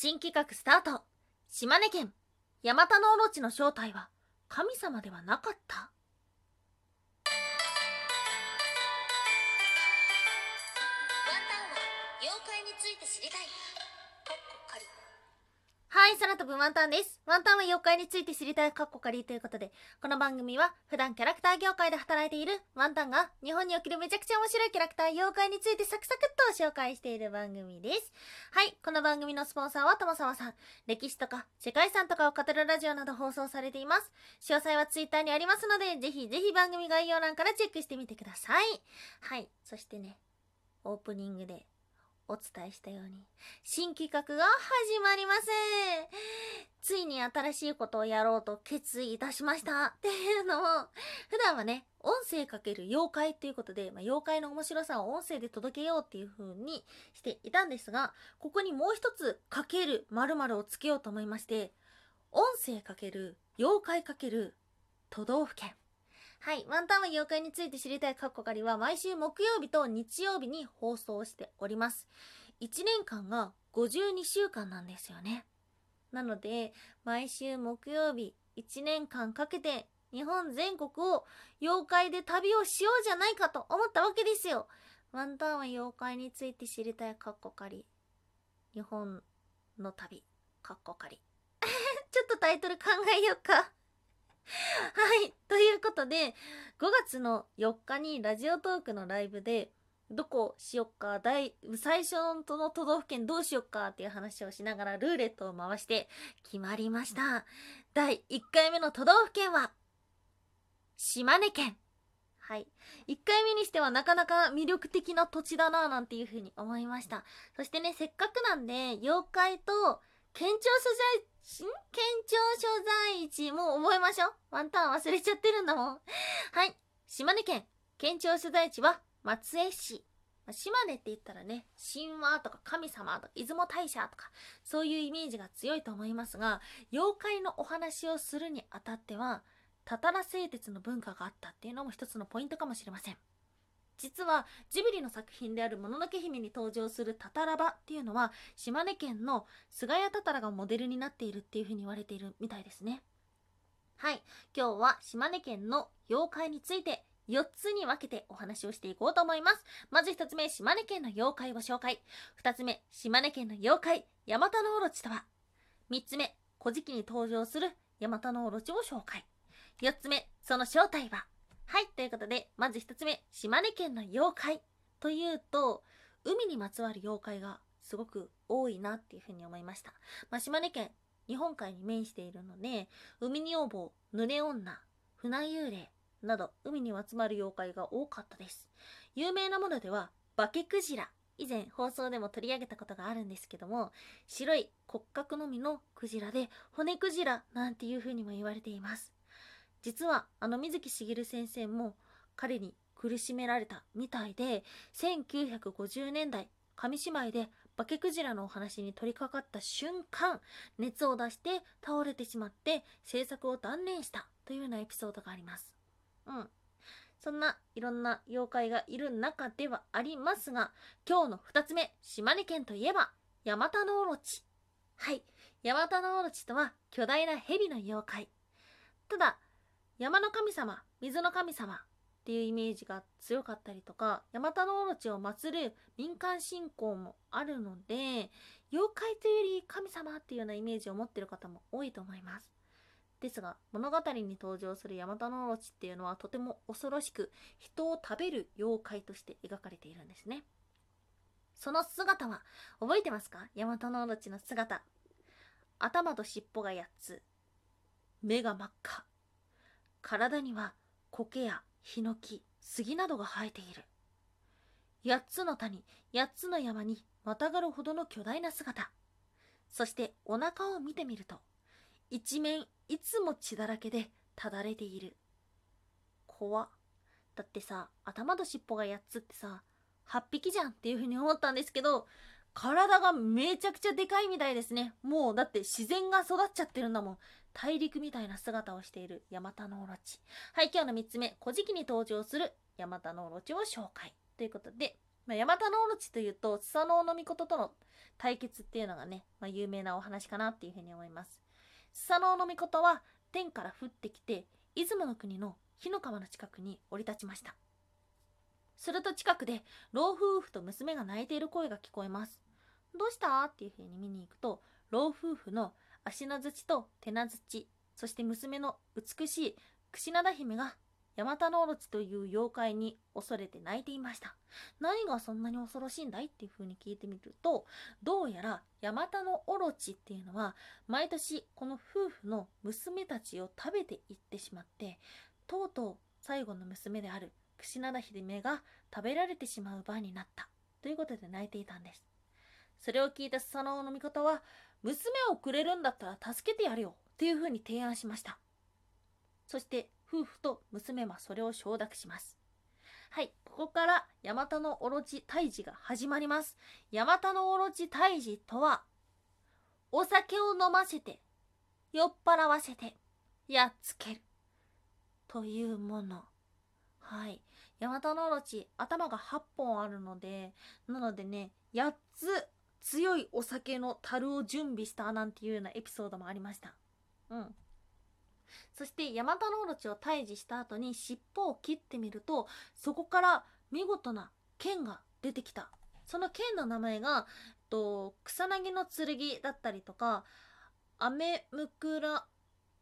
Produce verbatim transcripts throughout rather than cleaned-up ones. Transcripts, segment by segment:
新企画スタート。島根県ヤマタノオロチの正体は神様ではなかった。 ワンタンは妖怪について知りたい。かっこ仮。 はい、空飛ぶワンタンです。ワンタンは妖怪について知りたいカッコカリということで、この番組は普段キャラクター業界で働いているワンタンが日本におけるめちゃくちゃ面白いキャラクター妖怪についてサクサクっと紹介している番組です。はい、この番組のスポンサーは友沢さん。歴史とか世界遺産とかを語るラジオなど放送されています。詳細はツイッターにありますので、ぜひぜひ番組概要欄からチェックしてみてください。はい、そしてね、オープニングでお伝えしたように新企画が始まります。ついに新しいことをやろうと決意いたしましたっていうのを、普段はね、音声かける妖怪っていうことで、まあ、妖怪の面白さを音声で届けようっていう風にしていたんですが、ここにもう一つかける〇〇をつけようと思いまして、音声かける妖怪かける都道府県。はい、ワンタンは妖怪について知りたいカッコカリは毎週木曜日と日曜日に放送しております。いちねんかんがごじゅうにしゅうかんなんですよね。なので毎週木曜日いちねんかんかけて日本全国を妖怪で旅をしようじゃないかと思ったわけですよ。ワンタンは妖怪について知りたいカッコカリ、日本の旅カッコカリちょっとタイトル考えようかはい、ということでごがつのよっかにラジオトークのライブでどこしよっか、大最初の都道府県どうしよっかっていう話をしながらルーレットを回して決まりました。だいいっかいめの都道府県は島根県。はい、いっかいめにしてはなかなか魅力的な土地だなぁなんていう風に思いました。そしてね、せっかくなんで妖怪と県庁所在地、ん県庁所在地も覚えましょう。ワンタン忘れちゃってるんだもん。はい、島根県県庁所在地は松江市。島根って言ったらね、神話とか神様とか出雲大社とかそういうイメージが強いと思いますが、妖怪のお話をするにあたってはたたら製鉄の文化があったっていうのも一つのポイントかもしれません。実はジブリの作品であるもののけ姫に登場するタタラバっていうのは島根県の菅谷タタラがモデルになっているっていうふうに言われているみたいですね。はい、今日は島根県の妖怪についてよっつに分けてお話をしていこうと思います。まずひとつめ、島根県の妖怪を紹介。ふたつめ、島根県の妖怪ヤマタノオロチとは。みっつめ、古事記に登場するヤマタノオロチを紹介。よっつめ、その正体は。はい、ということでまずひとつめ、島根県の妖怪というと海にまつわる妖怪がすごく多いなっていうふうに思いました。まあ、島根県日本海に面しているので、海女房、濡れ女、船幽霊など海にまつわる妖怪が多かったです。有名なものでは化けクジラ、以前放送でも取り上げたことがあるんですけども、白い骨格のみのクジラで骨クジラなんていう風にも言われています。実はあの水木しげる先生も彼に苦しめられたみたいで、せんきゅうひゃくごじゅうねんだい紙芝居で化けクジラのお話に取り掛かった瞬間、熱を出して倒れてしまって制作を断念したというようなエピソードがあります。うん、そんないろんな妖怪がいる中ではありますが、今日のふたつめ、島根県といえばヤマタノオロチ。はい、ヤマタノオロチとは巨大な蛇の妖怪。ただ山の神様、水の神様っていうイメージが強かったりとか、ヤマタノオロチを祀る民間信仰もあるので、妖怪というより神様っていうようなイメージを持っている方も多いと思います。ですが物語に登場するヤマタノオロチっていうのはとても恐ろしく、人を食べる妖怪として描かれているんですね。その姿は覚えてますか？ヤマタノオロチの姿。頭と尻尾がやっつ、目が真っ赤、体には苔やヒノキ、杉などが生えている。八つの谷、八つの山にまたがるほどの巨大な姿。そしてお腹を見てみると、一面いつも血だらけでただれている。怖っ。だってさ、頭と尻尾がやっつってさ、はっぴきじゃんっていう風に思ったんですけど、体がめちゃくちゃでかいみたいですね。もうだって自然が育っちゃってるんだもん。大陸みたいな姿をしているヤマタノオロチ。はい、今日のみっつめ、古事記に登場するヤマタノオロチを紹介ということで、 まあ、ヤマタノオロチというとスサノオノミコトとの対決っていうのがね、まあ、有名なお話かなっていうふうに思います。スサノオノミコトは天から降ってきて出雲の国の火の川の近くに降り立ちました。すると近くで老夫婦と娘が泣いている声が聞こえます。どうしたっていうふうに見に行くと、老夫婦の足の槌と手な槌、そして娘の美しい櫛灘姫がヤマタノオロチという妖怪に恐れて泣いていました。何がそんなに恐ろしいんだいっていうふうに聞いてみると、どうやらヤマタノオロチっていうのは毎年この夫婦の娘たちを食べていってしまって、とうとう最後の娘である櫛灘姫が食べられてしまう場になったということで泣いていたんです。それを聞いたスサノオノミコトは、娘をくれるんだったら助けてやるよっていうふうに提案しました。そして夫婦と娘はそれを承諾します。はい、ここからヤマタノオロチ退治が始まります。ヤマタノオロチ退治とは、お酒を飲ませて酔っ払わせてやっつけるというもの。はい、ヤマタノオロチ頭がはっぽんあるので、なのでね、やっつ強いお酒の樽を準備したなんていうようなエピソードもありました。うん。そしてヤマタノオロチを退治した後に尻尾を切ってみると、そこから見事な剣が出てきた。その剣の名前が、と草薙の剣だったりとか、雨むくら、ん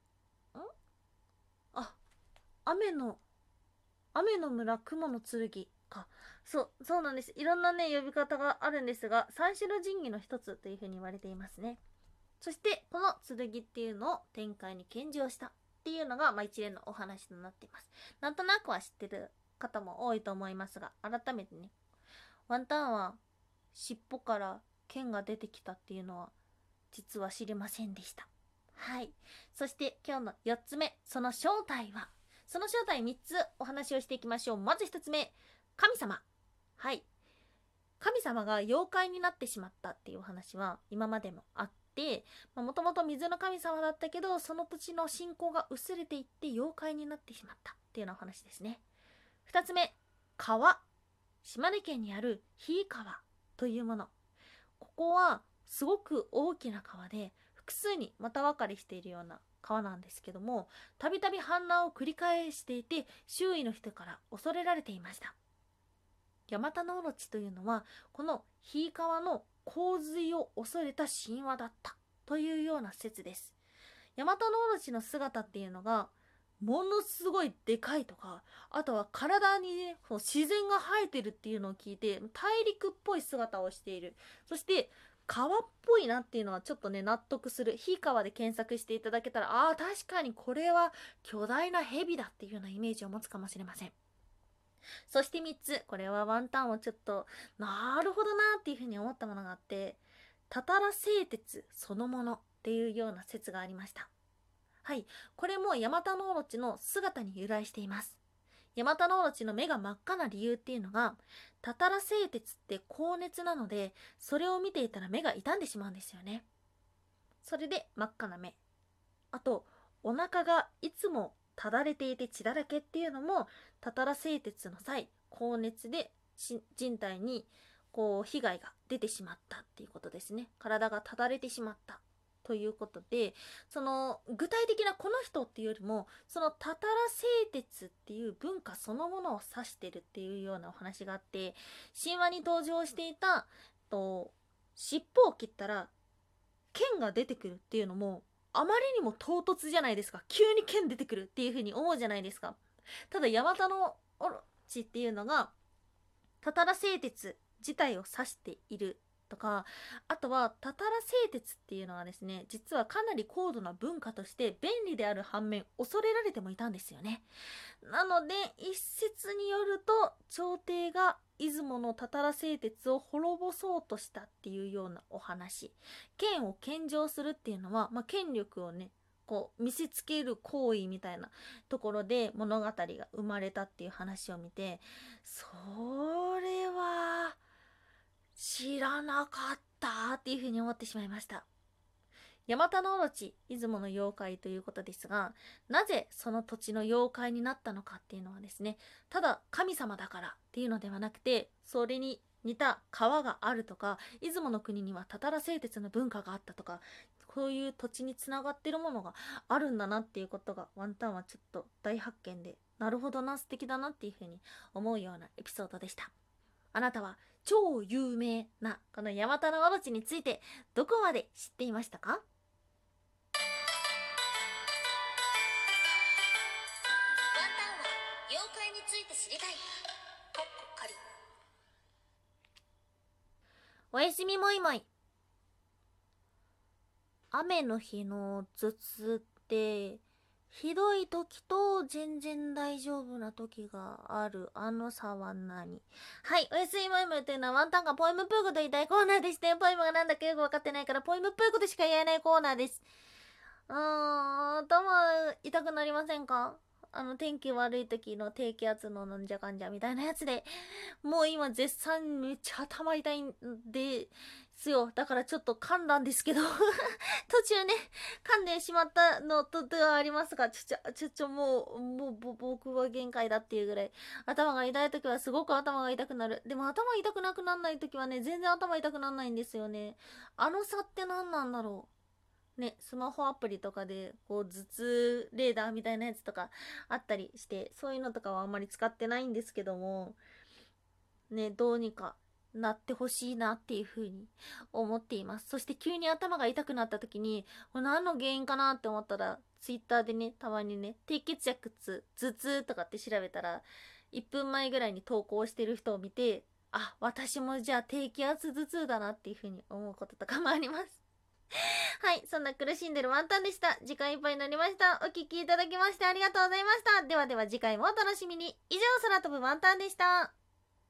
あ、雨の、雨の村雲の剣か。そう、そうなんです。いろんなね、呼び方があるんですが、三種の神器の一つというふうに言われていますね。そして、この剣っていうのを天界に献上したっていうのが、まあ、一連のお話となっています。なんとなくは知ってる方も多いと思いますが、改めてね、ワンタンは尻尾から剣が出てきたっていうのは、実は知りませんでした。はい。そして今日のよっつめ、その正体は、その正体みっつお話をしていきましょう。まずひとつめ、神様。はい。神様が妖怪になってしまったっていうお話は今までもあって、もともと水の神様だったけど、その土地の信仰が薄れていって妖怪になってしまったっていうようなお話ですね。ふたつめ、川。島根県にある日井川というもの。ここはすごく大きな川で、複数に股分かれしているような川なんですけども、たびたび氾濫を繰り返していて、周囲の人から恐れられていました。ヤマタノオロチというのは、この日井川の洪水を恐れた神話だったというような説です。ヤマタノオロチの姿っていうのがものすごいでかいとか、あとは体にね、自然が生えてるっていうのを聞いて、大陸っぽい姿をしている。そして川っぽいなっていうのはちょっとね、納得する。日井川で検索していただけたら、ああ、確かにこれは巨大な蛇だっていうようなイメージを持つかもしれません。そしてみっつ、これはワンタンをちょっとなるほどなっていうふうに思ったものがあって、たたら製鉄そのものっていうような説がありました。はい、これもヤマタノオロチの姿に由来しています。ヤマタノオロチの目が真っ赤な理由っていうのが、たたら製鉄って高熱なので、それを見ていたら目が傷んでしまうんですよね。それで真っ赤な目。あと、お腹がいつもただれていて血だらけっていうのも、たたら製鉄の際、高熱で人体にこう被害が出てしまったっていうことですね。体がただれてしまったということで、その具体的なこの人っていうよりも、そのたたら製鉄っていう文化そのものを指してるっていうようなお話があって、神話に登場していたと尻尾を切ったら剣が出てくるっていうのも、あまりにも唐突じゃないですか。急に剣出てくるっていう風に思うじゃないですか。ただヤマタノオロチっていうのがたたら製鉄自体を指しているとか、あとはたたら製鉄っていうのはですね、実はかなり高度な文化として便利である反面恐れられてもいたんですよね。なので一説によると、朝廷が出雲のたたら製鉄を滅ぼそうとしたっていうようなお話。剣を献上するっていうのは、まあ、権力をねこう見せつける行為みたいなところで物語が生まれたっていう話を見て、それは知らなかったっていうふうに思ってしまいました。ヤマタノオロチ、出雲の妖怪ということですが、なぜその土地の妖怪になったのかっていうのはですね、ただ神様だからっていうのではなくて、それに似た川があるとか、出雲の国にはたたら製鉄の文化があったとか、こういう土地につながってるものがあるんだなっていうことがワンタンはちょっと大発見で、なるほどな、素敵だなっていうふうに思うようなエピソードでした。あなたは超有名なこのヤマタノオロチについてどこまで知っていましたか？ ワンタンは妖怪について知りたい。かっこ仮。 おやすみもいもい。雨の日の頭痛ってひどい時と全然大丈夫な時があるあの差は何？はい、おやすみもいもいというのはワンタンがポエムプーコと言いたいコーナーでして、ポエムがなんだかよく分かってないからポエムプーコとしか言えないコーナーです。うーん、頭痛くなりませんか？あの天気悪い時の低気圧のなんじゃかんじゃみたいなやつで、もう今絶賛めっちゃ頭痛いんですよ。だからちょっと噛んだんですけど途中ね噛んでしまったのとではありますが、ちょちょちょちょもうもうぼ僕は限界だっていうぐらい頭が痛い時はすごく頭が痛くなる。でも頭痛くなくならない時はね、全然頭痛くならないんですよね。あの差って何なんだろうね。スマホアプリとかでこう頭痛レーダーみたいなやつとかあったりして、そういうのとかはあんまり使ってないんですけどもね、どうにかなってほしいなっていう風に思っています。そして急に頭が痛くなった時にこれ何の原因かなって思ったら、ツイッターでね、たまにね、低血圧頭痛とかって調べたらいっぷんまえぐらいに投稿してる人を見て、あ、私もじゃあ低気圧頭痛だなっていう風に思うこととかもありますはい、そんな苦しんでるワンタンでした。時間いっぱいになりました。お聞きいただきましてありがとうございました。ではでは次回もお楽しみに。以上、空飛ぶワンタンでした。